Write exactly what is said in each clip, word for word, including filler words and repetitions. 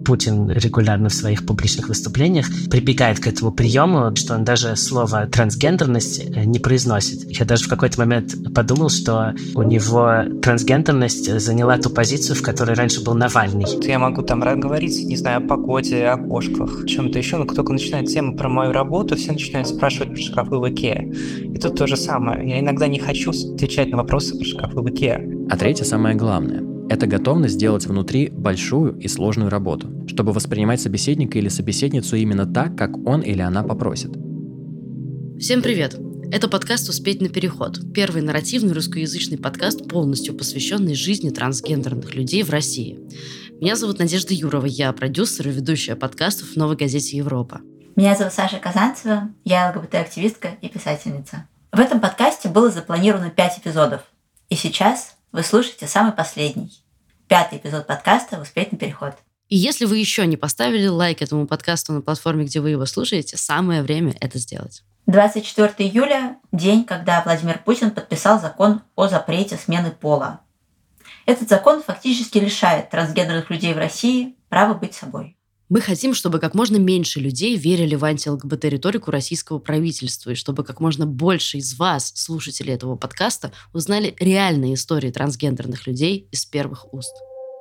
Путин регулярно в своих публичных выступлениях прибегает к этому приему, что он даже слово «трансгендерность» не произносит. Я даже в какой-то момент подумал, что у него трансгендерность заняла ту позицию, в которой раньше был Навальный. Я могу там говорить, не знаю, о погоде, о кошках, о чем-то еще, но как только начинает тема про мою работу, все начинают спрашивать про шкафы в Икеа. И тут то же самое. Я иногда не хочу отвечать на вопросы про шкафы в Икеа. А третье, самое главное, это готовность сделать внутри большую и сложную работу, чтобы воспринимать собеседника или собеседницу именно так, как он или она попросит. Всем привет! Это подкаст «Успеть на переход», первый нарративный русскоязычный подкаст, полностью посвященный жизни трансгендерных людей в России. Меня зовут Надежда Юрова, я продюсер и ведущая подкастов в «Новой газете Европа». Меня зовут Саша Казанцева, я ЛГБТ-активистка и писательница. В этом подкасте было запланировано пять эпизодов, и сейчас вы слушаете самый последний, пятый эпизод подкаста «Успеть на переход». И если вы еще не поставили лайк этому подкасту на платформе, где вы его слушаете, самое время это сделать. двадцать четвёртого июля – день, когда Владимир Путин подписал закон о запрете смены пола. Этот закон фактически лишает трансгендерных людей в России права быть собой. Мы хотим, чтобы как можно меньше людей верили в анти-ЛГБТ-риторику российского правительства, и чтобы как можно больше из вас, слушателей этого подкаста, узнали реальные истории трансгендерных людей из первых уст.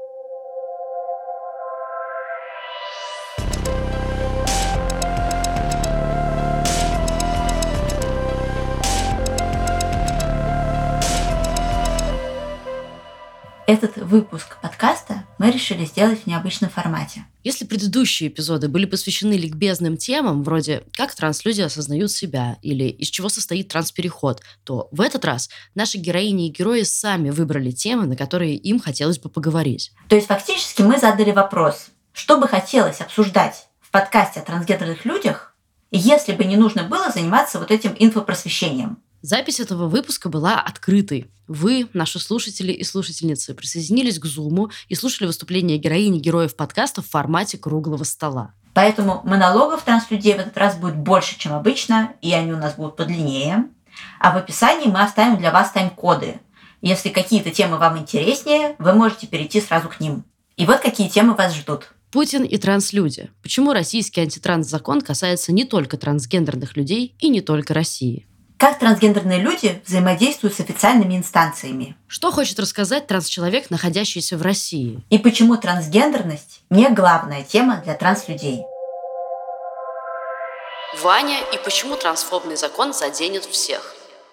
Этот выпуск подкаста мы решили сделать в необычном формате. Если предыдущие эпизоды были посвящены ликбезным темам, вроде «Как транслюди осознают себя» или «Из чего состоит транспереход», то в этот раз наши героини и герои сами выбрали темы, на которые им хотелось бы поговорить. То есть фактически мы задали вопрос, что бы хотелось обсуждать в подкасте о трансгендерных людях, если бы не нужно было заниматься вот этим инфопросвещением. Запись этого выпуска была открытой. Вы, наши слушатели и слушательницы, присоединились к Зуму и слушали выступления героини и героев подкаста в формате круглого стола. Поэтому монологов транслюдей в этот раз будет больше, чем обычно, и они у нас будут подлиннее. А в описании мы оставим для вас тайм-коды. Если какие-то темы вам интереснее, вы можете перейти сразу к ним. И вот какие темы вас ждут. Путин и транслюди. Почему российский антитранс-закон касается не только трансгендерных людей и не только России? Как трансгендерные люди взаимодействуют с официальными инстанциями? Что хочет рассказать трансчеловек, находящийся в России? И почему трансгендерность не главная тема для транслюдей? Ваня, и почему трансфобный закон заденет всех?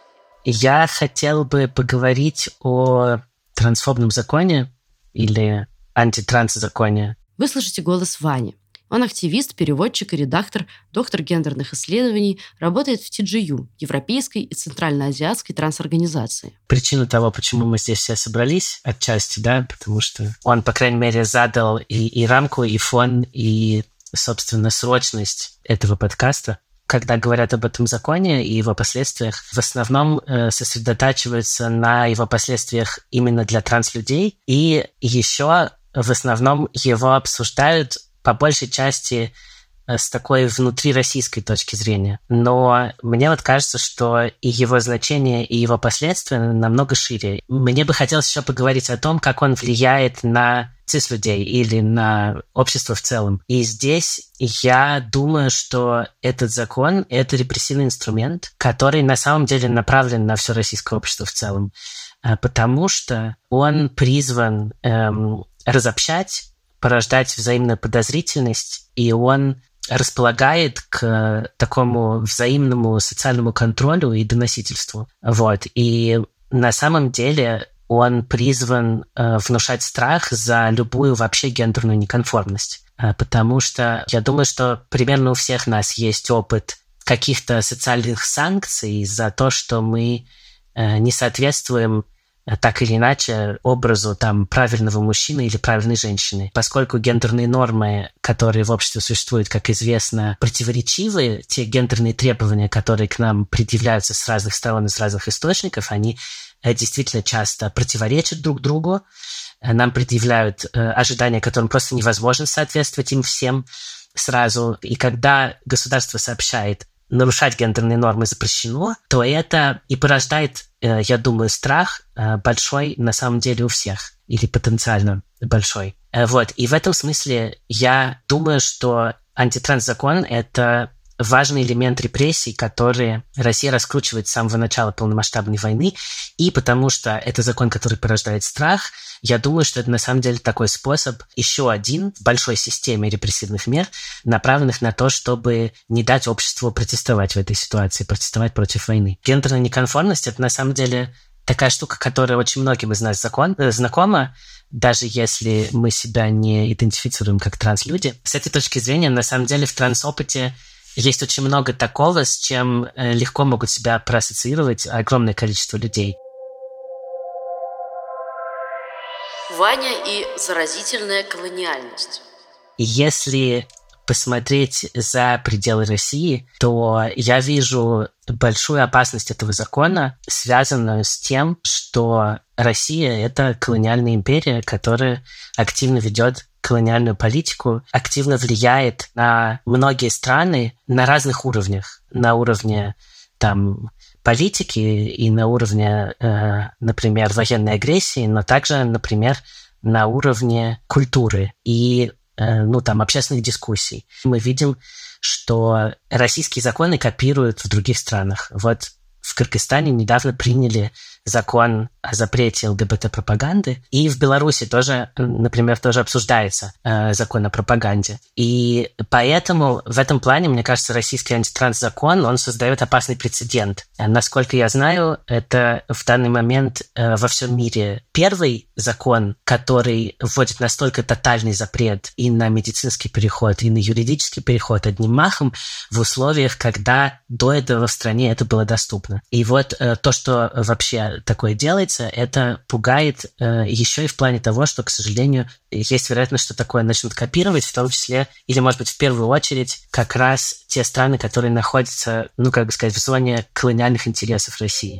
Я хотел бы поговорить о трансфобном законе или антитранс-законе. Вы слышите голос Вани. Он активист, переводчик и редактор, доктор гендерных исследований, работает в ти джи ю, Европейской и Центральноазиатской трансорганизации. Причина того, почему мы здесь все собрались, отчасти, да, потому что он, по крайней мере, задал и, и рамку, и фон, и, собственно, срочность этого подкаста. Когда говорят об этом законе и его последствиях, в основном э, сосредотачиваются на его последствиях именно для транслюдей, и еще в основном его обсуждают по большей части с такой внутрироссийской точки зрения. Но мне вот кажется, что и его значение, и его последствия намного шире. Мне бы хотелось еще поговорить о том, как он влияет на цис-людей или на общество в целом. И здесь я думаю, что этот закон — это репрессивный инструмент, который на самом деле направлен на все российское общество в целом, потому что он призван эм, разобщать, порождать взаимную подозрительность, и он располагает к такому взаимному социальному контролю и доносительству. Вот. И на самом деле он призван э, внушать страх за любую вообще гендерную неконформность. Э, потому что я думаю, что примерно у всех нас есть опыт каких-то социальных санкций за то, что мы э, не соответствуем так или иначе образу там правильного мужчины или правильной женщины. Поскольку гендерные нормы, которые в обществе существуют, как известно, противоречивы, те гендерные требования, которые к нам предъявляются с разных сторон и с разных источников, они действительно часто противоречат друг другу. Нам предъявляют ожидания, которым просто невозможно соответствовать им всем сразу. И когда государство сообщает, нарушать гендерные нормы запрещено, то это и порождает, я думаю, страх большой на самом деле у всех, или потенциально большой. Вот. И в этом смысле я думаю, что антитранс-закон — это важный элемент репрессий, которые Россия раскручивает с самого начала полномасштабной войны, и потому что это закон, который порождает страх, я думаю, что это на самом деле такой способ, еще один в большой системе репрессивных мер, направленных на то, чтобы не дать обществу протестовать в этой ситуации, протестовать против войны. Гендерная неконформность — это на самом деле такая штука, которая очень многим из нас закон, э, знакома, даже если мы себя не идентифицируем как транслюди. С этой точки зрения, на самом деле, в трансопыте есть очень много такого, с чем э, легко могут себя проассоциировать огромное количество людей. Ваня и заразительная колониальность. Если посмотреть за пределы России, то я вижу большую опасность этого закона, связанную с тем, что Россия — это колониальная империя, которая активно ведет колониальную политику, активно влияет на многие страны на разных уровнях. На уровне там, политики и на уровне, э, например, военной агрессии, но также, например, на уровне культуры и э, ну, там, общественных дискуссий. Мы видим, что российские законы копируют в других странах. Вот в Кыргызстане недавно приняли закон о запрете ЛГБТ-пропаганды, и в Беларуси тоже, например, тоже обсуждается э, закон о пропаганде. И поэтому в этом плане, мне кажется, российский антитранс-закон, он создает опасный прецедент. Насколько я знаю, это в данный момент э, во всем мире первый закон, который вводит настолько тотальный запрет и на медицинский переход, и на юридический переход одним махом в условиях, когда до этого в стране это было доступно. И вот э, то, что вообще такое делается, это пугает э, еще и в плане того, что, к сожалению, есть вероятность, что такое начнут копировать, в том числе, или, может быть, в первую очередь, как раз те страны, которые находятся, ну, как бы сказать, в зоне колониальных интересов России.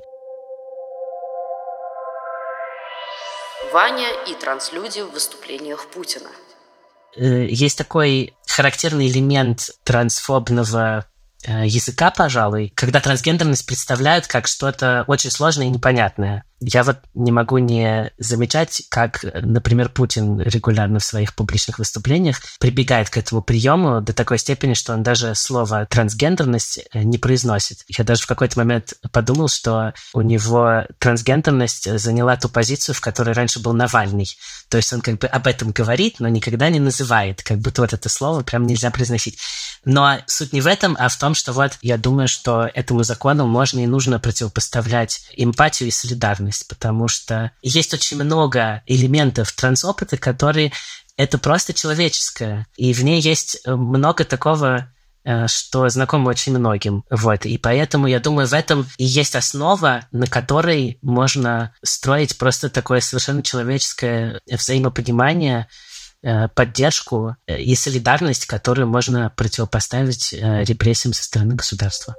Ваня и транслюди в выступлениях Путина. Э, есть такой характерный элемент трансфобного языка, пожалуй, когда трансгендерность представляют как что-то очень сложное и непонятное. Я вот не могу не замечать, как, например, Путин регулярно в своих публичных выступлениях прибегает к этому приему до такой степени, что он даже слово «трансгендерность» не произносит. Я даже в какой-то момент подумал, что у него трансгендерность заняла ту позицию, в которой раньше был Навальный. То есть он как бы об этом говорит, но никогда не называет, как будто вот это слово прям нельзя произносить. Но суть не в этом, а в том, что вот я думаю, что этому закону можно и нужно противопоставлять эмпатию и солидарность, потому что есть очень много элементов трансопыта, которые это просто человеческое, и в ней есть много такого, что знакомо очень многим. Вот. И поэтому, я думаю, в этом и есть основа, на которой можно строить просто такое совершенно человеческое взаимопонимание, поддержку и солидарность, которую можно противопоставить репрессиям со стороны государства.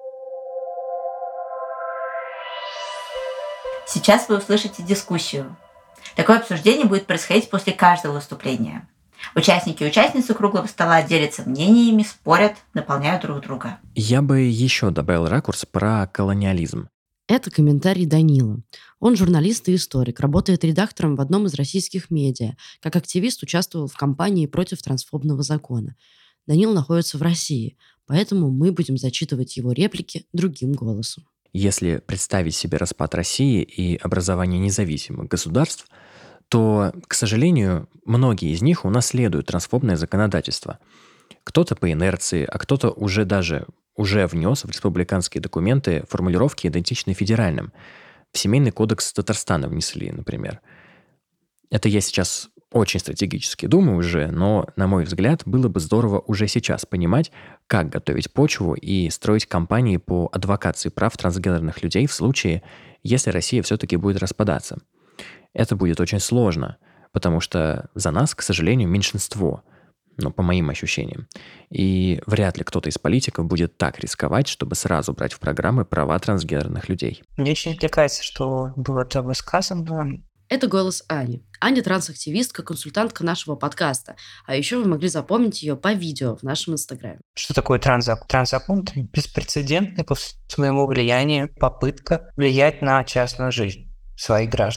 Сейчас вы услышите дискуссию. Такое обсуждение будет происходить после каждого выступления. Участники и участницы круглого стола делятся мнениями, спорят, дополняют друг друга. Я бы еще добавил ракурс про колониализм. Это комментарий Данила. Он журналист и историк, работает редактором в одном из российских медиа. Как активист участвовал в кампании против трансфобного закона. Данил находится в России, поэтому мы будем зачитывать его реплики другим голосом. Если представить себе распад России и образование независимых государств, то, к сожалению, многие из них унаследуют трансфобное законодательство. Кто-то по инерции, а кто-то уже даже уже внес в республиканские документы формулировки, идентичные федеральным. В Семейный кодекс Татарстана внесли, например. Это я сейчас очень стратегически думаю уже, но, на мой взгляд, было бы здорово уже сейчас понимать, как готовить почву и строить кампании по адвокации прав трансгендерных людей в случае, если Россия все-таки будет распадаться. Это будет очень сложно, потому что за нас, к сожалению, меньшинство, ну, по моим ощущениям. И вряд ли кто-то из политиков будет так рисковать, чтобы сразу брать в программы права трансгендерных людей. Мне очень отвлекается, что было тобой сказано. Это голос Ани. Аня – трансактивистка, консультантка нашего подкаста. А еще вы могли запомнить ее по видео в нашем инстаграме. Что такое транзакон? Транзакон – беспрецедентное по своему влиянию попытка влиять на частную жизнь своих граждан.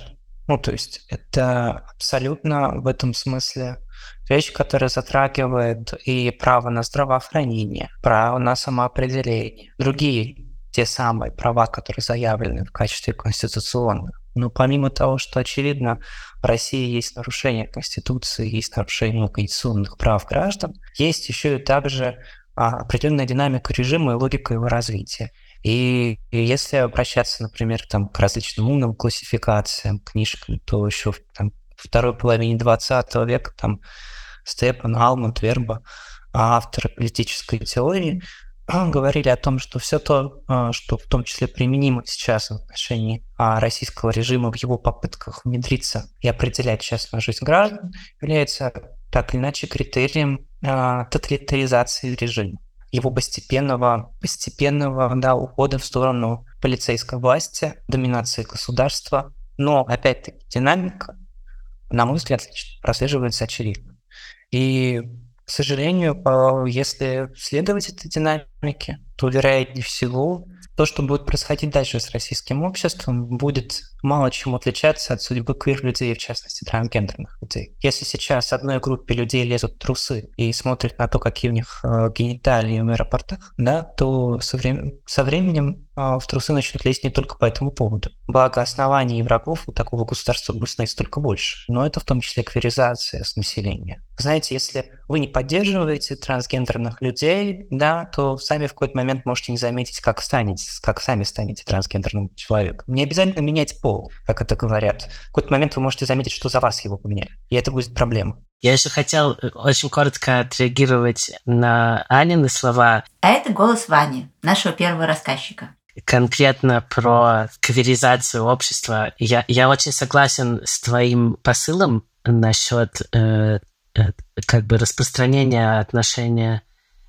Ну, то есть это абсолютно в этом смысле вещь, которая затрагивает и право на здравоохранение, право на самоопределение, другие те самые права, которые заявлены в качестве конституционных. Но помимо того, что очевидно, в России есть нарушение Конституции, есть нарушение конституционных прав граждан, есть еще и также а, определенная динамика режима и логика его развития. И, и если обращаться, например, там, к различным умным классификациям, книжкам, то еще в там, второй половине двадцатого века там Степан Алмут Верба, автор политической теории, говорили о том, что все то, что в том числе применимо сейчас в отношении российского режима в его попытках внедриться и определять частную жизнь граждан, является так или иначе критерием тоталитаризации режима, его постепенного, постепенного да, ухода в сторону полицейской власти, доминации государства. Но, опять-таки, динамика, на мой взгляд, прослеживается очевидно. И, к сожалению, если следовать этой динамике, то, вероятнее всего, то, что будет происходить дальше с российским обществом, будет мало чем отличаться от судьбы квир-людей, в частности, трансгендерных людей. Если сейчас одной группе людей лезут трусы и смотрят на то, какие у них э, гениталии в аэропортах, да, то со, врем... со временем э, в трусы начнут лезть не только по этому поводу. Благо, оснований и врагов у такого государства будет становиться только больше. Но это в том числе квиризация с населения. Знаете, если вы не поддерживаете трансгендерных людей, да, то сами в какой-то момент можете не заметить, как станете, как сами станете трансгендерным человеком. Не обязательно менять пол, как это говорят. В какой-то момент вы можете заметить, что за вас его поменяли, и это будет проблема. Я еще хотел очень коротко отреагировать на Анины слова. А это голос Вани, нашего первого рассказчика. Конкретно про квиризацию общества. Я, я очень согласен с твоим посылом насчет э, э, как бы распространения отношения,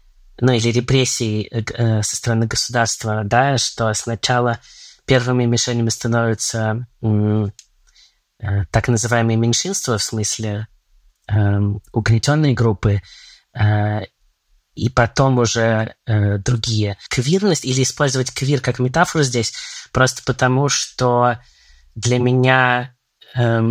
ну или репрессий э, со стороны государства, да, что сначала первыми мишенями становятся э, э, так называемые меньшинства, в смысле э, угнетенные группы, э, и потом уже э, другие. Квирность, или использовать квир как метафору здесь, просто потому что для меня, э,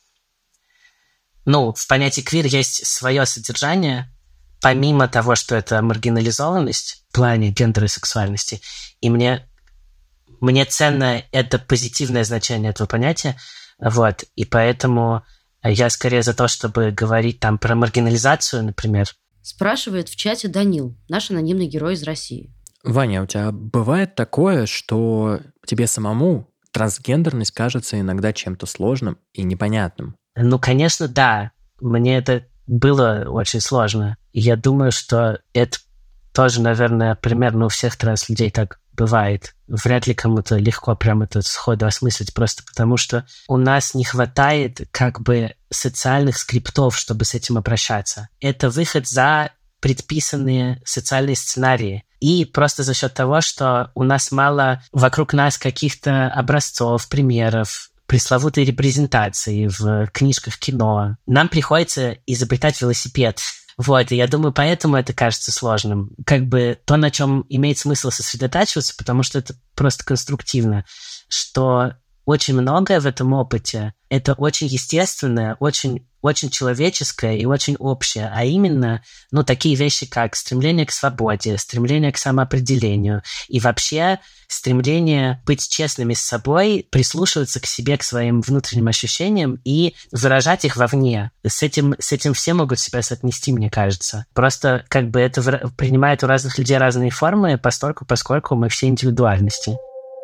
ну, в понятии квир есть свое содержание, помимо того, что это маргинализованность в плане гендера и сексуальности. И мне, мне ценно это позитивное значение этого понятия, вот, и поэтому я скорее за то, чтобы говорить там про маргинализацию, например. Спрашивает в чате Данил, наш анонимный герой из России. Ваня, у тебя бывает такое, что тебе самому трансгендерность кажется иногда чем-то сложным и непонятным? Ну, конечно, да. Мне это было очень сложно. И я думаю, что это тоже, наверное, примерно у всех транс-людей так бывает. Вряд ли кому-то легко прям это сходу осмыслить, просто потому что у нас не хватает как бы социальных скриптов, чтобы с этим обращаться. Это выход за предписанные социальные сценарии. И просто за счет того, что у нас мало вокруг нас каких-то образцов, примеров, пресловутой репрезентации в книжках, кино, нам приходится изобретать велосипед. Вот, и я думаю, поэтому это кажется сложным. Как бы то, на чем имеет смысл сосредотачиваться, потому что это просто конструктивно, что очень многое в этом опыте — это очень естественное, очень, очень человеческое и очень общее, а именно, ну, такие вещи, как стремление к свободе, стремление к самоопределению и вообще стремление быть честными с собой, прислушиваться к себе, к своим внутренним ощущениям и выражать их вовне. С этим, с этим все могут себя соотнести, мне кажется. Просто как бы это в... принимает у разных людей разные формы, постольку, поскольку мы все индивидуальности.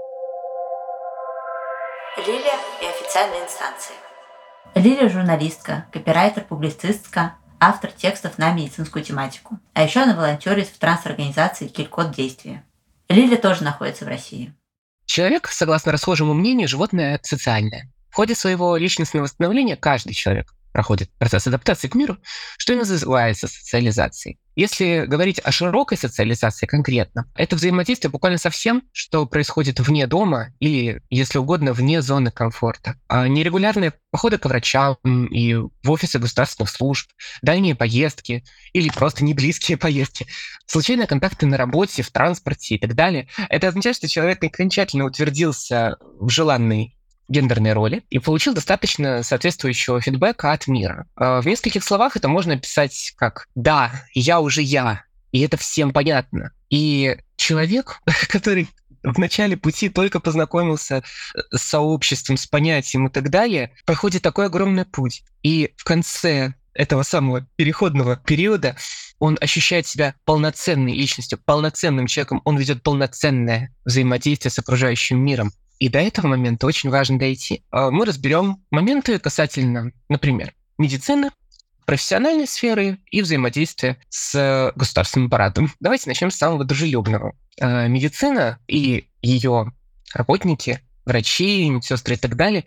Лилия и официальные инстанции. Лилия – журналистка, копирайтер, публицистка, автор текстов на медицинскую тематику. А еще она волонтерит в трансорганизации «Килькод Действия». Лилия тоже находится в России. Человек, согласно расхожему мнению, животное социальное. В ходе своего личностного становления каждый человек проходит процесс адаптации к миру, что и называется социализацией. Если говорить о широкой социализации конкретно, это взаимодействие буквально со всем, что происходит вне дома или, если угодно, вне зоны комфорта. А нерегулярные походы к врачам и в офисы государственных служб, дальние поездки или просто неблизкие поездки, случайные контакты на работе, в транспорте и так далее, это означает, что человек окончательно утвердился в желанной гендерной роли и получил достаточно соответствующего фидбэка от мира. В нескольких словах это можно описать как «да, я уже я», и это всем понятно. И человек, который в начале пути только познакомился с сообществом, с понятием и так далее, проходит такой огромный путь. И в конце этого самого переходного периода он ощущает себя полноценной личностью, полноценным человеком, он ведет полноценное взаимодействие с окружающим миром. И до этого момента очень важно дойти. Мы разберем моменты касательно, например, медицины, профессиональной сферы и взаимодействия с государственным аппаратом. Давайте начнем с самого дружелюбного. Медицина и ее работники, врачи, медсестры и так далее,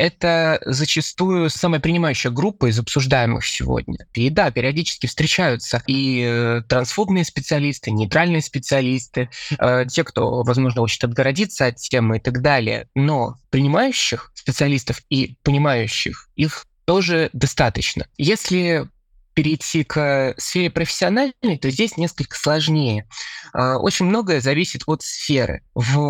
это зачастую самая принимающая группа из обсуждаемых сегодня. И да, периодически встречаются и трансфобные специалисты, нейтральные специалисты, те, кто, возможно, хочет отгородиться от темы и так далее. Но принимающих специалистов и понимающих их тоже достаточно. Если перейти к сфере профессиональной, то здесь несколько сложнее. Очень многое зависит от сферы.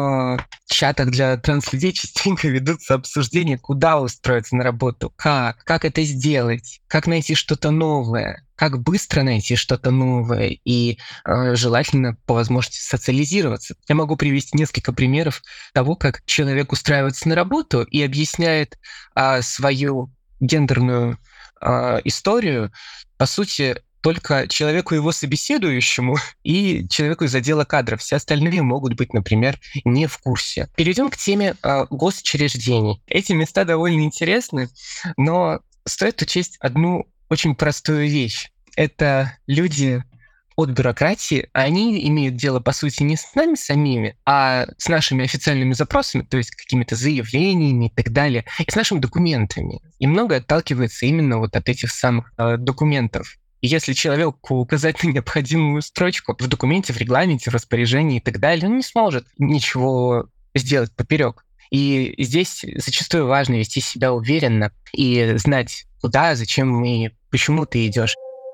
В чатах для транслюдей частенько ведутся обсуждения, куда устроиться на работу, как, как это сделать, как найти что-то новое, как быстро найти что-то новое и э, желательно по возможности социализироваться. Я могу привести несколько примеров того, как человек устраивается на работу и объясняет э, свою гендерную э, историю, по сути, только человеку его собеседующему и человеку из отдела кадров. Все остальные могут быть, например, не в курсе. Перейдем к теме э, госучреждений. Эти места довольно интересны, но стоит учесть одну очень простую вещь. Это люди от бюрократии, они имеют дело, по сути, не с нами самими, а с нашими официальными запросами, то есть какими-то заявлениями и так далее, и с нашими документами. И многое отталкивается именно вот от этих самых э, документов. И если человеку указать на необходимую строчку в документе, в регламенте, в распоряжении и так далее, он не сможет ничего сделать поперек. И здесь зачастую важно вести себя уверенно и знать, куда, зачем и почему ты идешь.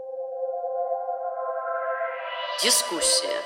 Дискуссия.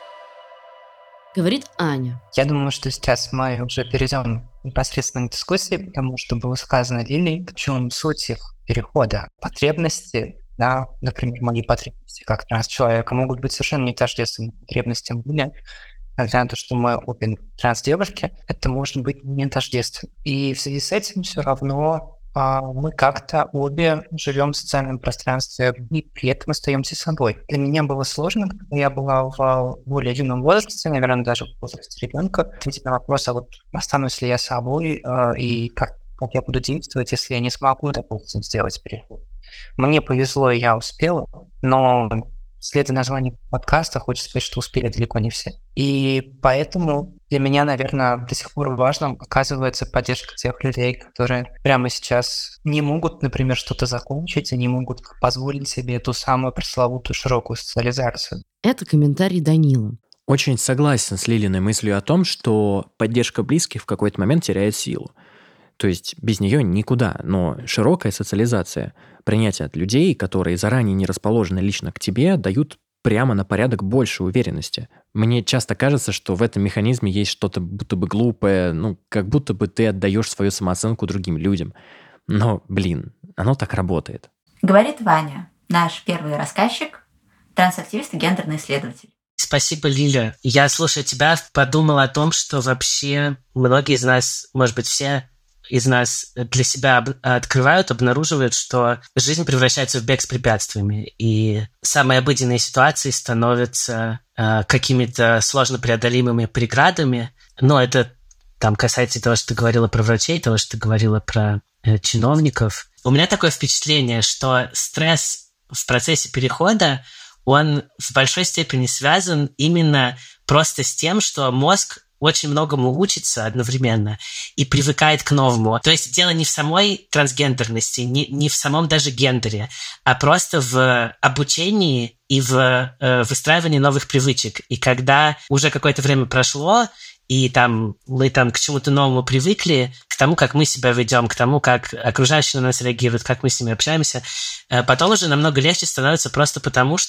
Говорит Аня. Я думаю, что сейчас мы уже перейдем непосредственно к дискуссии, потому что было сказано Лилией, в чем суть их перехода. Потребности, да, например, мои потребности как транс-человека могут быть совершенно не тождественными потребностям Лили. Несмотря на то, что мы обе транс-девушки, это может быть не тождественно. И в связи с этим все равно мы как-то обе живем в социальном пространстве и при этом остаемся собой. Для меня было сложно, когда я была в более юном возрасте, наверное, даже в возрасте ребенка, ответить на вопрос, а вот останусь ли я собой и как, как я буду действовать, если я не смогу, допустим, сделать переход. Мне повезло, и я успела, но следуя названию подкаста, хочется сказать, что успели далеко не все. И поэтому для меня, наверное, до сих пор важным оказывается поддержка тех людей, которые прямо сейчас не могут, например, что-то закончить, и не могут позволить себе эту самую пресловутую широкую социализацию. Это комментарий Данила. Очень согласен с Лилиной мыслью о том, что поддержка близких в какой-то момент теряет силу. То есть без нее никуда, но широкая социализация, принятие от людей, которые заранее не расположены лично к тебе, дают прямо на порядок больше уверенности. Мне часто кажется, что в этом механизме есть что-то будто бы глупое, ну, как будто бы ты отдаешь свою самооценку другим людям. Но, блин, оно так работает. Говорит Ваня, наш первый рассказчик, трансактивист и гендерный исследователь. Спасибо, Лиля. Я, слушая тебя, подумал о том, что вообще многие из нас, может быть, все из нас для себя открывают, обнаруживают, что жизнь превращается в бег с препятствиями, и самые обыденные ситуации становятся э, какими-то сложно преодолимыми преградами. Но это там касается того, что ты говорила про врачей, того, что ты говорила про э, чиновников. У меня такое впечатление, что стресс в процессе перехода, он в большой степени связан именно просто с тем, что мозг очень многому учится одновременно и привыкает к новому. То есть дело не в самой трансгендерности, не, не в самом даже гендере, а просто в обучении и в э, выстраивании новых привычек. И когда уже какое-то время прошло, и там мы там к чему-то новому привыкли, к тому, как мы себя ведем, к тому, как окружающие на нас реагируют, как мы с ними общаемся, потом уже намного легче становится просто потому, что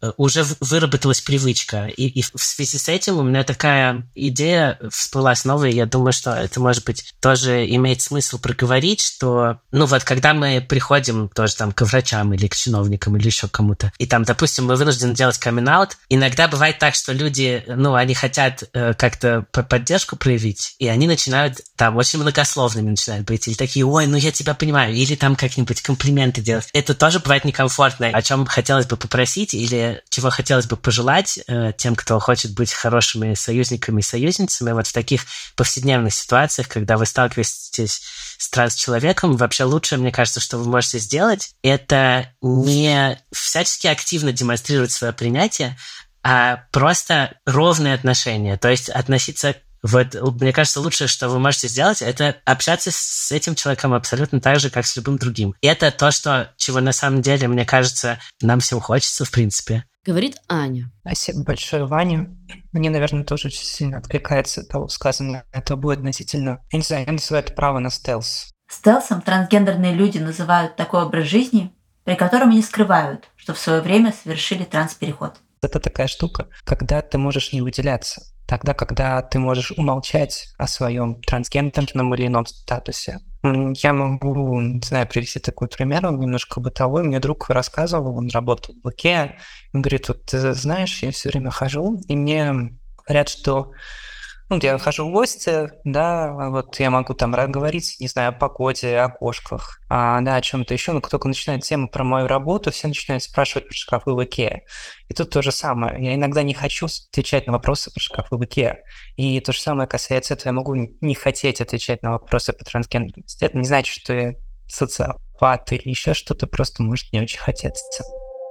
уже выработалась привычка. И, и в связи с этим у меня такая идея всплыла снова, и я думаю, что это, может быть, тоже имеет смысл проговорить, что, ну вот, когда мы приходим тоже там к врачам или к чиновникам или еще кому-то, и там, допустим, мы вынуждены делать камин-аут, иногда бывает так, что люди, ну, они хотят э, как-то поддержку проявить, и они начинают там очень многословными начинают быть, или такие, ой, ну я тебя понимаю, или там как-нибудь комплименты делать. Это тоже бывает некомфортно, о чем хотелось бы попросить, или чего хотелось бы пожелать э, тем, кто хочет быть хорошими союзниками и союзницами вот в таких повседневных ситуациях, когда вы сталкиваетесь с транс-человеком. Вообще лучшее, мне кажется, что вы можете сделать, это не всячески активно демонстрировать свое принятие, а просто ровные отношения, то есть относиться. Вот, мне кажется, лучшее, что вы можете сделать, это общаться с этим человеком абсолютно так же, как с любым другим. И это то, что, чего на самом деле, мне кажется, нам всем хочется, в принципе. Говорит Аня. Спасибо большое, Ваня. Мне, наверное, тоже очень сильно откликается того сказанного. Это будет относительно, я не знаю, я называю это право на стелс. Стелсом трансгендерные люди называют такой образ жизни, при котором они скрывают, что в свое время совершили транспереход. Это такая штука, когда ты можешь не выделяться. Тогда, когда ты можешь умолчать о своем трансгендерном или ином статусе. Я могу, не знаю, привести такой пример, он немножко бытовой. Мне друг рассказывал, он работал в Икеа. Он говорит, вот ты знаешь, я все время хожу, и мне говорят, что ну, я хожу в гости, да, вот я могу там говорить, не знаю, о погоде, о кошках, а, да, о чем-то еще, но как только начинает тема про мою работу, все начинают спрашивать про шкафы в Икеа. И тут то же самое. Я иногда не хочу отвечать на вопросы про шкафы в Икеа. И то же самое касается этого. Я могу не хотеть отвечать на вопросы по трансгендерности. Это не значит, что я социопат или еще что-то, просто может не очень хотеться.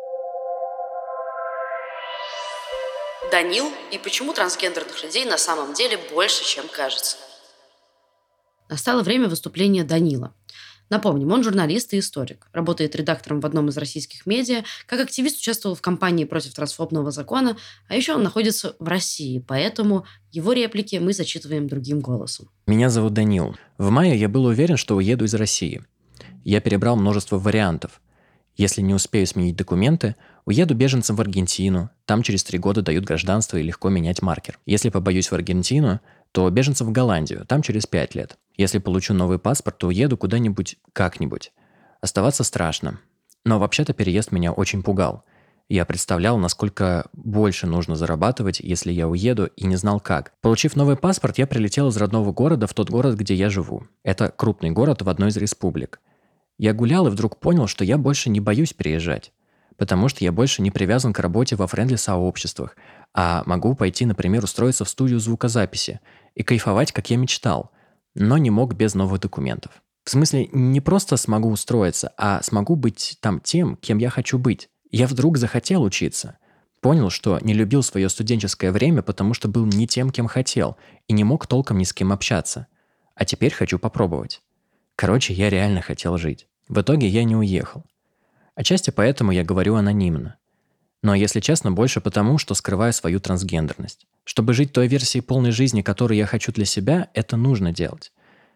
Данил и почему трансгендерных людей на самом деле больше, чем кажется. Настало время выступления Данила. Напомним, он журналист и историк, работает редактором в одном из российских медиа, как активист участвовал в кампании против трансфобного закона, а еще он находится в России, поэтому его реплики мы зачитываем другим голосом. Меня зовут Данил. В мае я был уверен, что уеду из России. Я перебрал множество вариантов. Если не успею сменить документы, уеду беженцем в Аргентину. Там через три года дают гражданство и легко менять маркер. Если побоюсь в Аргентину, то беженцем в Голландию. Там через пять лет. Если получу новый паспорт, то уеду куда-нибудь как-нибудь. Оставаться страшно. Но вообще-то переезд меня очень пугал. Я представлял, насколько больше нужно зарабатывать, если я уеду, и не знал как. Получив новый паспорт, я прилетел из родного города в тот город, где я живу. Это крупный город в одной из республик. Я гулял и вдруг понял, что я больше не боюсь переезжать, потому что я больше не привязан к работе во френдли-сообществах, а могу пойти, например, устроиться в студию звукозаписи и кайфовать, как я мечтал, но не мог без новых документов. В смысле, не просто смогу устроиться, а смогу быть там тем, кем я хочу быть. Я вдруг захотел учиться. Понял, что не любил свое студенческое время, потому что был не тем, кем хотел, и не мог толком ни с кем общаться. А теперь хочу попробовать. Короче, я реально хотел жить. В итоге я не уехал. Отчасти поэтому я говорю анонимно. Но, если честно, больше потому, что скрываю свою трансгендерность. Чтобы жить той версией полной жизни, которую я хочу для себя, это нужно делать.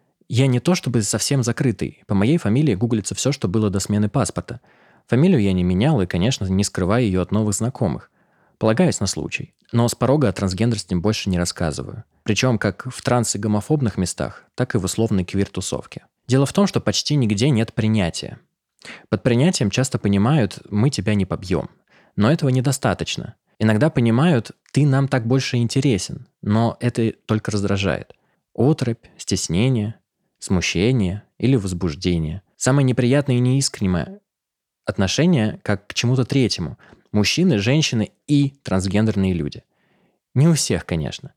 Я не то чтобы совсем закрытый. По моей фамилии гуглится все, что было до смены паспорта. Фамилию я не менял и, конечно, не скрываю ее от новых знакомых. Полагаюсь на случай. Но с порога о трансгендерности больше не рассказываю. Причем как в транс- и гомофобных местах, так и в условной квир-тусовке. Дело в том, что почти нигде нет принятия. Под принятием часто понимают «мы тебя не побьем». Но этого недостаточно. Иногда понимают «ты нам так больше интересен», но это только раздражает. Оторопь, стеснение, смущение или возбуждение. Самое неприятное и неискреннее отношение как к чему-то третьему. Мужчины, женщины и трансгендерные люди. Не у всех, конечно.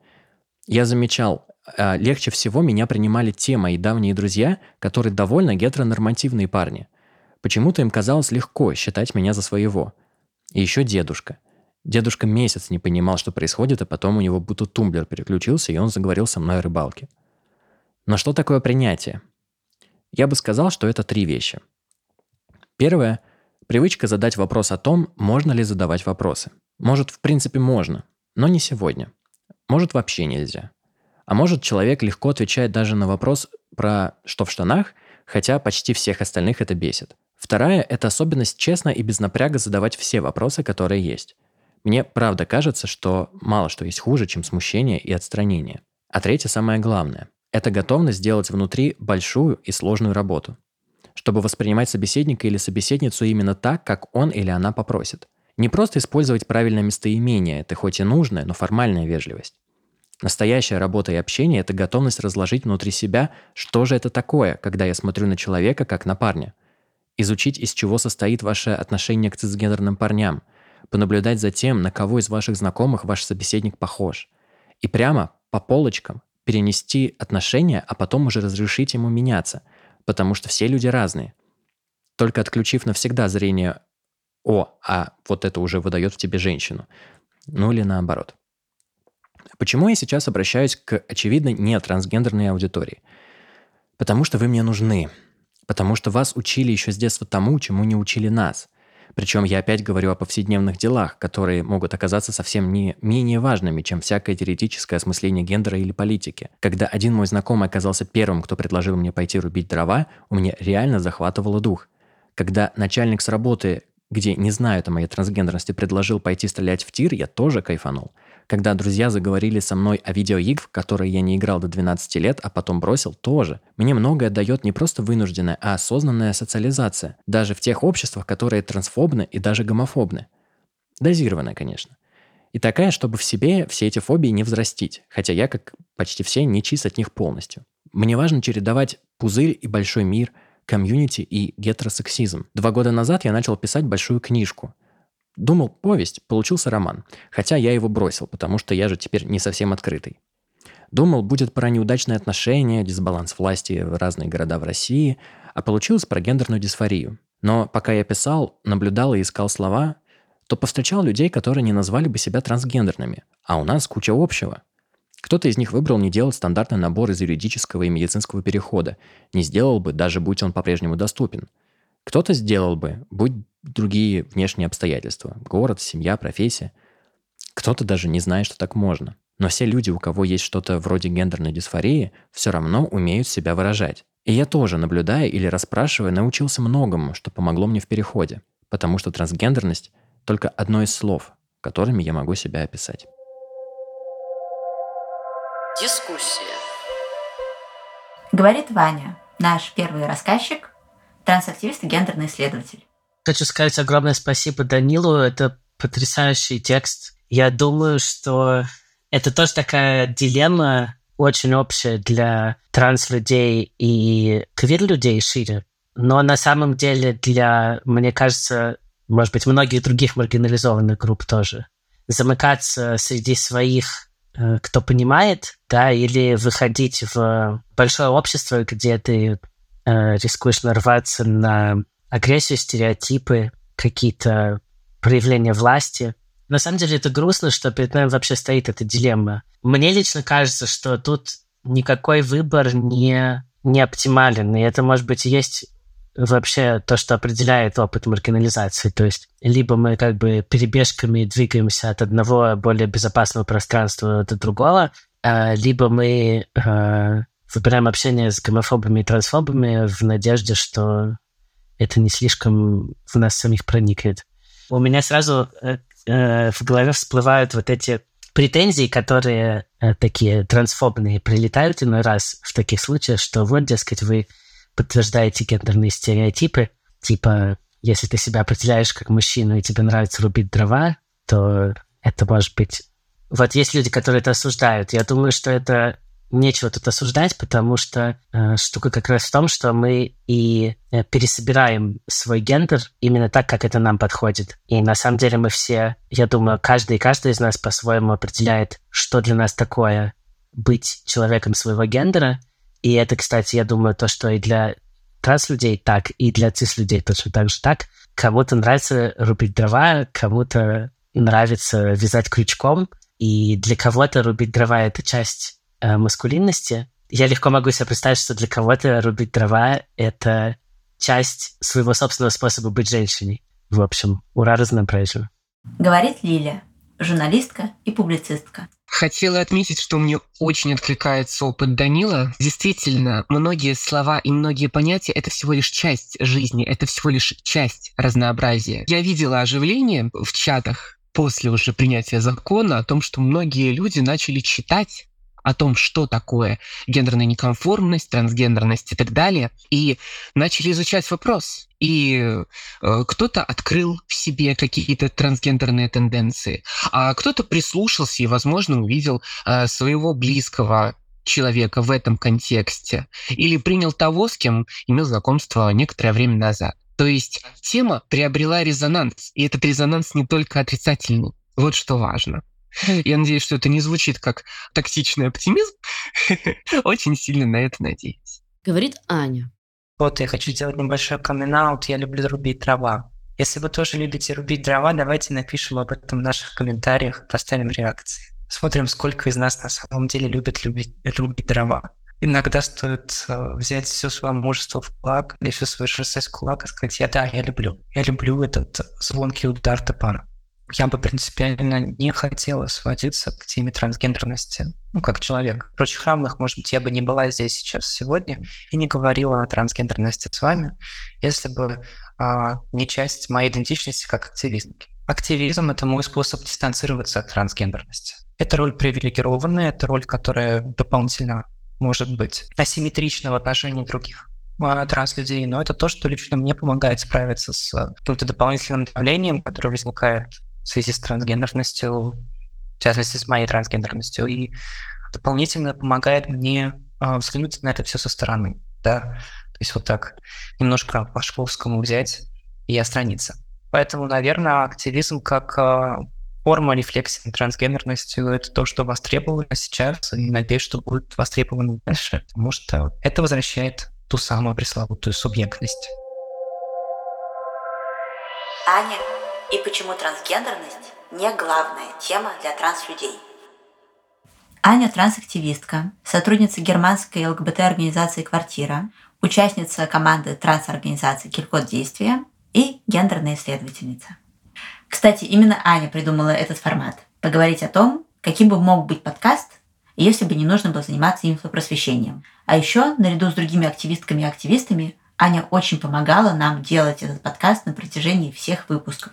Я замечал, легче всего меня принимали те мои давние друзья, которые довольно гетеронормативные парни. Почему-то им казалось легко считать меня за своего. И еще дедушка. Дедушка месяц не понимал, что происходит, а потом у него будто тумблер переключился, и он заговорил со мной о рыбалке. Но что такое принятие? Я бы сказал, что это три вещи. Первое – привычка задать вопрос о том, можно ли задавать вопросы. Может, в принципе, можно, но не сегодня. Может, вообще нельзя. А может, человек легко отвечает даже на вопрос про «что в штанах?», хотя почти всех остальных это бесит. Вторая – это особенность честно и без напряга задавать все вопросы, которые есть. Мне правда кажется, что мало что есть хуже, чем смущение и отстранение. А третье, самое главное, это готовность сделать внутри большую и сложную работу, чтобы воспринимать собеседника или собеседницу именно так, как он или она попросит. Не просто использовать правильное местоимение, это хоть и нужная, но формальная вежливость. Настоящая работа и общение – это готовность разложить внутри себя, что же это такое, когда я смотрю на человека, как на парня. Изучить, из чего состоит ваше отношение к цисгендерным парням, понаблюдать за тем, на кого из ваших знакомых ваш собеседник похож. И прямо по полочкам перенести отношения, а потом уже разрешить ему меняться, потому что все люди разные. Только отключив навсегда зрение «о», а вот это уже выдает в тебе женщину. Ну или наоборот. Почему я сейчас обращаюсь к, очевидно, не трансгендерной аудитории? Потому что вы мне нужны. Потому что вас учили еще с детства тому, чему не учили нас. Причем я опять говорю о повседневных делах, которые могут оказаться совсем не менее важными, чем всякое теоретическое осмысление гендера или политики. Когда один мой знакомый оказался первым, кто предложил мне пойти рубить дрова, у меня реально захватывало дух. Когда начальник с работы, где не знают о моей трансгендерности, предложил пойти стрелять в тир, я тоже кайфанул. Когда друзья заговорили со мной о видеоиграх, в которые я не играл до двенадцати лет, а потом бросил, тоже. Мне многое дает не просто вынужденная, а осознанная социализация. Даже в тех обществах, которые трансфобны и даже гомофобны. Дозированная, конечно. И такая, чтобы в себе все эти фобии не взрастить. Хотя я, как почти все, не чист от них полностью. Мне важно чередовать пузырь и большой мир, комьюнити и гетеросексизм. Два года назад я начал писать большую книжку. Думал, повесть, получился роман. Хотя я его бросил, потому что я же теперь не совсем открытый. Думал, будет про неудачные отношения, дисбаланс власти в разные города в России, а получилось про гендерную дисфорию. Но пока я писал, наблюдал и искал слова, то повстречал людей, которые не назвали бы себя трансгендерными. А у нас куча общего. Кто-то из них выбрал не делать стандартный набор из юридического и медицинского перехода. Не сделал бы, даже будь он по-прежнему доступен. Кто-то сделал бы, будь другие внешние обстоятельства. Город, семья, профессия. Кто-то даже не знает, что так можно. Но все люди, у кого есть что-то вроде гендерной дисфории, все равно умеют себя выражать. И я тоже, наблюдая или расспрашивая, научился многому, что помогло мне в переходе. Потому что трансгендерность – только одно из слов, которыми я могу себя описать. Дискуссия. Говорит Ваня, наш первый рассказчик, трансактивист и гендерный исследователь. Хочу сказать огромное спасибо Данилу. Это потрясающий текст. Я думаю, что это тоже такая дилемма очень общая для транс-людей и квир-людей шире. Но на самом деле для, мне кажется, может быть, многих других маргинализованных групп тоже. Замыкаться среди своих, кто понимает, да, или выходить в большое общество, где ты э, рискуешь нарваться на агрессию, стереотипы, какие-то проявления власти. На самом деле это грустно, что перед нами вообще стоит эта дилемма. Мне лично кажется, что тут никакой выбор не, не оптимален, и это, может быть, и есть вообще то, что определяет опыт маргинализации. То есть либо мы как бы перебежками двигаемся от одного более безопасного пространства до другого, либо мы выбираем общение с гомофобами и трансфобами в надежде, что это не слишком в нас самих проникнет. У меня сразу э, э, в голове всплывают вот эти претензии, которые э, такие трансфобные прилетают иной раз в таких случаях, что вот, дескать, вы подтверждаете гендерные стереотипы, типа, если ты себя определяешь как мужчину и тебе нравится рубить дрова, то это может быть... Вот есть люди, которые это осуждают. Я думаю, что это нечего тут осуждать, потому что э, штука как раз в том, что мы и э, пересобираем свой гендер именно так, как это нам подходит. И на самом деле мы все, я думаю, каждый и каждый из нас по-своему определяет, что для нас такое быть человеком своего гендера. И это, кстати, я думаю, то, что и для транс-людей так, и для цис-людей точно так же так. Кому-то нравится рубить дрова, кому-то нравится вязать крючком, и для кого-то рубить дрова — это часть маскулинности. Я легко могу себе представить, что для кого-то рубить дрова — это часть своего собственного способа быть женщиной. В общем, ура разнообразию. Говорит Лиля, журналистка и публицистка. Хотела отметить, что мне очень откликается опыт Данила. Действительно, многие слова и многие понятия — это всего лишь часть жизни, это всего лишь часть разнообразия. Я видела оживление в чатах после уже принятия закона о том, что многие люди начали читать о том, что такое гендерная неконформность, трансгендерность и так далее, и начали изучать вопрос. И э, кто-то открыл в себе какие-то трансгендерные тенденции, а кто-то прислушался и, возможно, увидел э, своего близкого человека в этом контексте или принял того, с кем имел знакомство некоторое время назад. То есть тема приобрела резонанс, и этот резонанс не только отрицательный. Вот что важно. Я надеюсь, что это не звучит как токсичный оптимизм. Очень сильно на это надеюсь. Говорит Аня. Вот я хочу сделать небольшой камин-аут. Я люблю рубить дрова. Если вы тоже любите рубить дрова, давайте напишем об этом в наших комментариях, поставим реакции. Смотрим, сколько из нас на самом деле любит любить, рубить дрова. Иногда стоит э, взять все свое мужество в кулак или всю свою шерсть в кулак и сказать: я да, я люблю. Я люблю этот звонкий удар топора. Я бы принципиально не хотела сводиться к теме трансгендерности, ну, как человек. В прочих равных, может быть, я бы не была здесь сейчас сегодня и не говорила о трансгендерности с вами, если бы а, не часть моей идентичности как активистки. Активизм — это мой способ дистанцироваться от трансгендерности. Это роль привилегированная, это роль, которая дополнительно может быть асимметрична в отношении других а, транслюдей, но это то, что лично мне помогает справиться с каким-то дополнительным давлением, которое возникает в связи с трансгендерностью, в частности, с моей трансгендерностью, и дополнительно помогает мне э, взглянуть на это все со стороны, да, то есть вот так немножко по Шкловскому взять и отстраниться. Поэтому, наверное, активизм как э, форма рефлексии над трансгендерностью — это то, что востребовано сейчас, и надеюсь, что будет востребовано дальше, потому что это возвращает ту самую пресловутую субъектность. Аня, и почему трансгендерность не главная тема для транслюдей? Аня – трансактивистка, сотрудница германской ЛГБТ-организации «Квартира», участница команды трансорганизации «Килькод Действия» и гендерная исследовательница. Кстати, именно Аня придумала этот формат – поговорить о том, каким бы мог быть подкаст, если бы не нужно было заниматься инфопросвещением. А еще, наряду с другими активистками и активистами, Аня очень помогала нам делать этот подкаст на протяжении всех выпусков.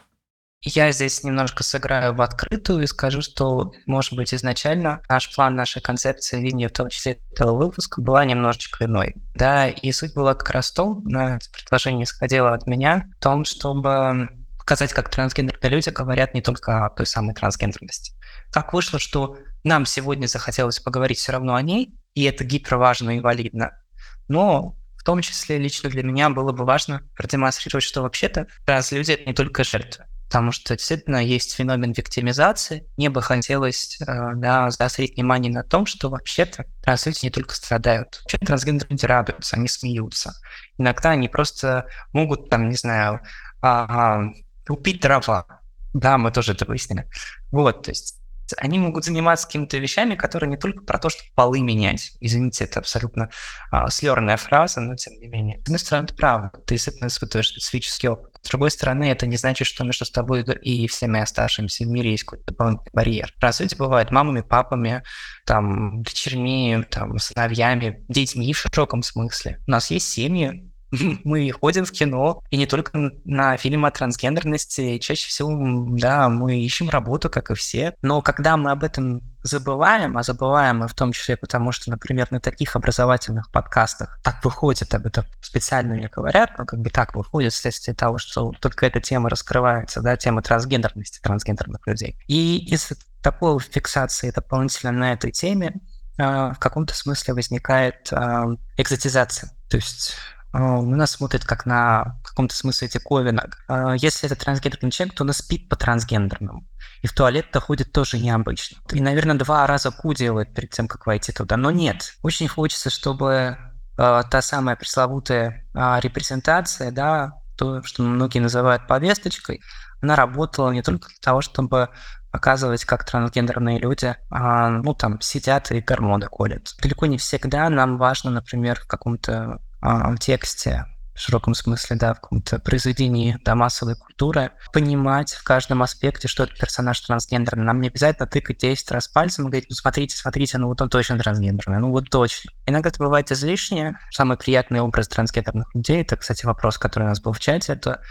Я здесь немножко сыграю в открытую и скажу, что, может быть, изначально наш план, наша концепция, видение, в том числе этого выпуска, была немножечко иной. Да, и суть была как раз в том, на предложение исходило от меня, в том, чтобы показать, как трансгендерные люди говорят не только о той самой трансгендерности. Так вышло, что нам сегодня захотелось поговорить все равно о ней, и это гиперважно и валидно, но в том числе лично для меня было бы важно продемонстрировать, что вообще-то транслюди — это не только жертвы. Потому что действительно есть феномен виктимизации. Мне бы хотелось э, да, заострить внимание на том, что вообще-то транслюди не только страдают. Вообще трансгендерные люди радуются, они смеются. Иногда они просто могут, там, не знаю, а, а, купить дрова. Да, мы тоже это выяснили. Вот, то есть они могут заниматься какими-то вещами, которые не только про то, чтобы полы менять. Извините, это абсолютно а, слёрная фраза, но тем не менее. С одной стороны, это правда. Ты действительно испытываешь специфический опыт. С другой стороны, это не значит, что между тобой и всеми оставшимися в мире есть какой-то дополнительный барьер. Разве бывают мамами, папами, там, дочерьми, там, сыновьями, детьми в широком смысле. У нас есть семьи, мы ходим в кино, и не только на фильмы о трансгендерности, чаще всего, да, мы ищем работу, как и все, но когда мы об этом забываем, а забываем мы в том числе потому, что, например, на таких образовательных подкастах так выходит, об этом специально не говорят, но как бы так выходит вследствие того, что только эта тема раскрывается, да, тема трансгендерности, трансгендерных людей. И из-за такой фиксации дополнительно на этой теме э, в каком-то смысле возникает э, экзотизация, то есть на нас смотрят как на в каком-то смысле диковинок. Если это трансгендерный человек, то он спит по трансгендерному. И в туалет-то ходит тоже необычно. И, наверное, два раза ку делает перед тем, как войти туда. Но нет. Очень хочется, чтобы э, та самая пресловутая э, репрезентация, да, то, что многие называют повесточкой, она работала не только для того, чтобы показывать, как трансгендерные люди, а, ну, там, сидят и гормоны колят. Далеко не всегда нам важно, например, в каком-то в тексте, в широком смысле, да, в каком-то произведении, да, массовой культуры, понимать в каждом аспекте, что этот персонаж трансгендерный. Нам не обязательно тыкать десять раз пальцем и говорить: ну, смотрите, смотрите, ну, вот он точно трансгендерный, ну, вот точно. Иногда это бывает излишнее. Самый приятный образ трансгендерных людей, это, кстати, вопрос, который у нас был в чате, это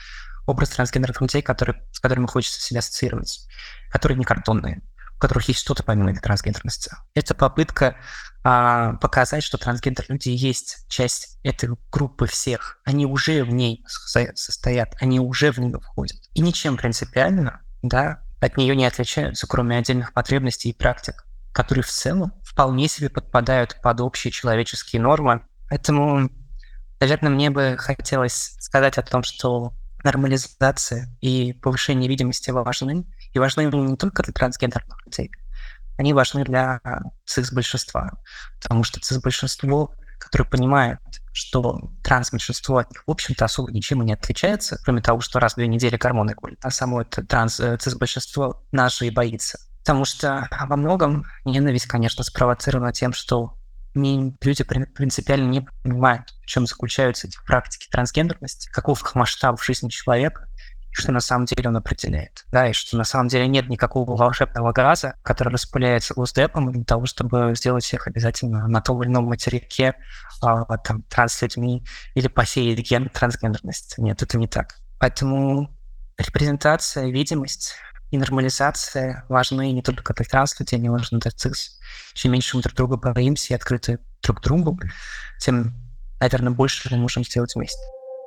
образ трансгендерных людей, которые, с которыми хочется себя ассоциировать, которые не картонные, у которых есть что-то помимо этой трансгендерности. Это попытка а, показать, что трансгендерные люди есть часть этой группы всех. Они уже в ней состоят, они уже в нее входят. И ничем принципиально, да, от нее не отличаются, кроме отдельных потребностей и практик, которые в целом вполне себе подпадают под общие человеческие нормы. Поэтому, наверное, мне бы хотелось сказать о том, что нормализация и повышение видимости важны, и важны не только для трансгендерных людей, они важны для цис-большинства, потому что цис-большинство, которое понимает, что трансменьшинство от них, в общем-то, особо ничем и не отличается, кроме того, что раз в две недели гормоны колят, а само это транс-цис-большинство нас же и боится. Потому что во многом ненависть, конечно, спровоцирована тем, что люди принципиально не понимают, в чем заключаются эти практики трансгендерности, каков их масштаб в жизни человека, и что на самом деле он определяет. Да, и что на самом деле нет никакого волшебного газа, который распыляется Госдепом для того, чтобы сделать всех обязательно на том или ином материке а, там, транслюдьми или посеять ген трансгендерности. Нет, это не так. Поэтому репрезентация, видимость и нормализация важны не только для транслюдей, они важны для цис. Чем меньше мы друг друга боимся и открыты друг другу, тем, наверное, больше мы можем сделать вместе.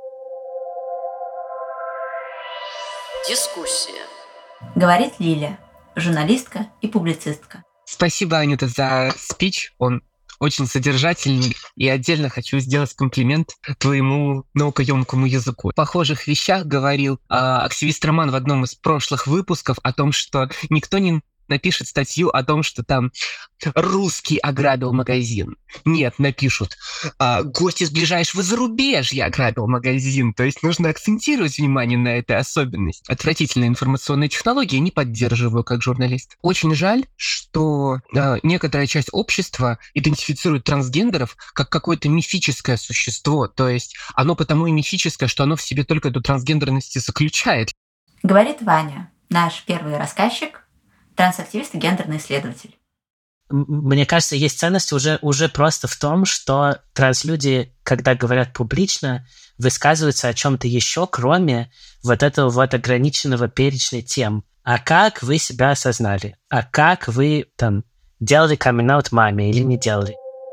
Дискуссия. Говорит Лиля, журналистка и публицистка. Спасибо, Анюта, за спич. Он очень содержательный. И отдельно хочу сделать комплимент твоему наукоемкому языку. В похожих вещах говорил э, активист Роман в одном из прошлых выпусков о том, что никто не напишет статью о том, что там русский ограбил магазин. Нет, напишут, а, гость из ближайшего зарубежья ограбил магазин. То есть нужно акцентировать внимание на этой особенности. Отвратительные информационные технологии не поддерживаю как журналист. Очень жаль, что а, некоторая часть общества идентифицирует трансгендеров как какое-то мифическое существо. То есть оно потому и мифическое, что оно в себе только эту трансгендерность заключает. Говорит Ваня, наш первый рассказчик, трансактивист и гендерный исследователь. Мне кажется, есть ценность уже, уже просто в том, что транслюди, когда говорят публично, высказываются о чем-то еще, кроме вот этого вот ограниченного перечня тем. А как вы себя осознали? А как вы там делали камин-аут маме или не делали?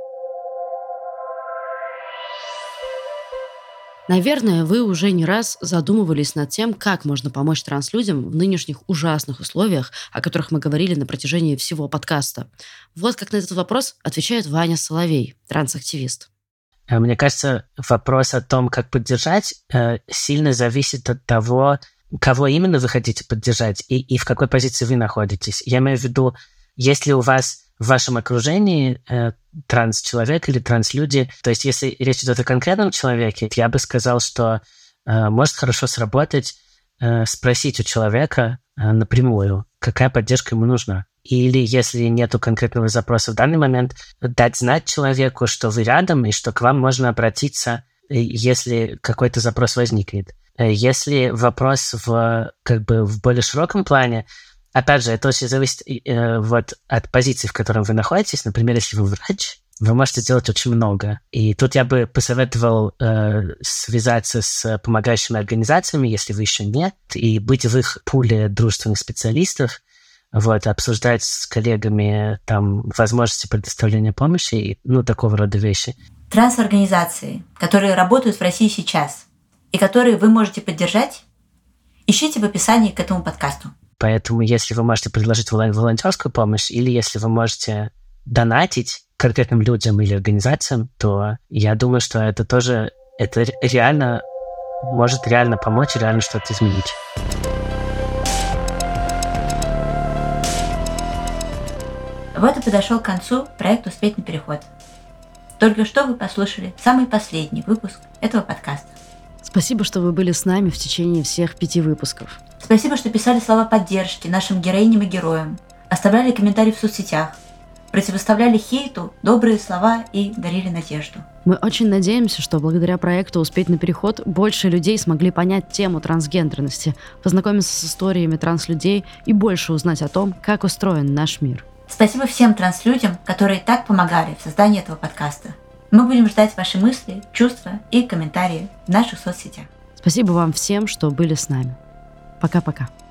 Наверное, вы уже не раз задумывались над тем, как можно помочь транслюдям в нынешних ужасных условиях, о которых мы говорили на протяжении всего подкаста. Вот как на этот вопрос отвечает Ваня Соловей, трансактивист. Мне кажется, вопрос о том, как поддержать, сильно зависит от того, кого именно вы хотите поддержать и, и в какой позиции вы находитесь. Я имею в виду, если у вас в вашем окружении э, транс-человек или транслюди, то есть если речь идет о конкретном человеке, я бы сказал, что э, может хорошо сработать э, спросить у человека э, напрямую, какая поддержка ему нужна. Или если нету конкретного запроса в данный момент, дать знать человеку, что вы рядом и что к вам можно обратиться, если какой-то запрос возникнет. Если вопрос в, как бы, в более широком плане, опять же, это очень зависит э, вот от позиции, в которой вы находитесь. Например, если вы врач, вы можете делать очень много. И тут я бы посоветовал э, связаться с помогающими организациями, если вы еще нет, и быть в их пуле дружественных специалистов, вот, обсуждать с коллегами там возможности предоставления помощи и ну, такого рода вещи. Трансорганизации, которые работают в России сейчас и которые вы можете поддержать, ищите в описании к этому подкасту. Поэтому, если вы можете предложить волонтерскую помощь или если вы можете донатить конкретным людям или организациям, то я думаю, что это тоже это реально может реально помочь, реально что-то изменить. Вот и подошел к концу проект «Успеть на переход». Только что вы послушали самый последний выпуск этого подкаста. Спасибо, что вы были с нами в течение всех пяти выпусков. Спасибо, что писали слова поддержки нашим героиням и героям, оставляли комментарии в соцсетях, противоставляли хейту добрые слова и дарили надежду. Мы очень надеемся, что благодаря проекту «Успеть на переход» больше людей смогли понять тему трансгендерности, познакомиться с историями транслюдей и больше узнать о том, как устроен наш мир. Спасибо всем транслюдям, которые так помогали в создании этого подкаста. Мы будем ждать ваши мысли, чувства и комментарии в наших соцсетях. Спасибо вам всем, что были с нами. Пока-пока.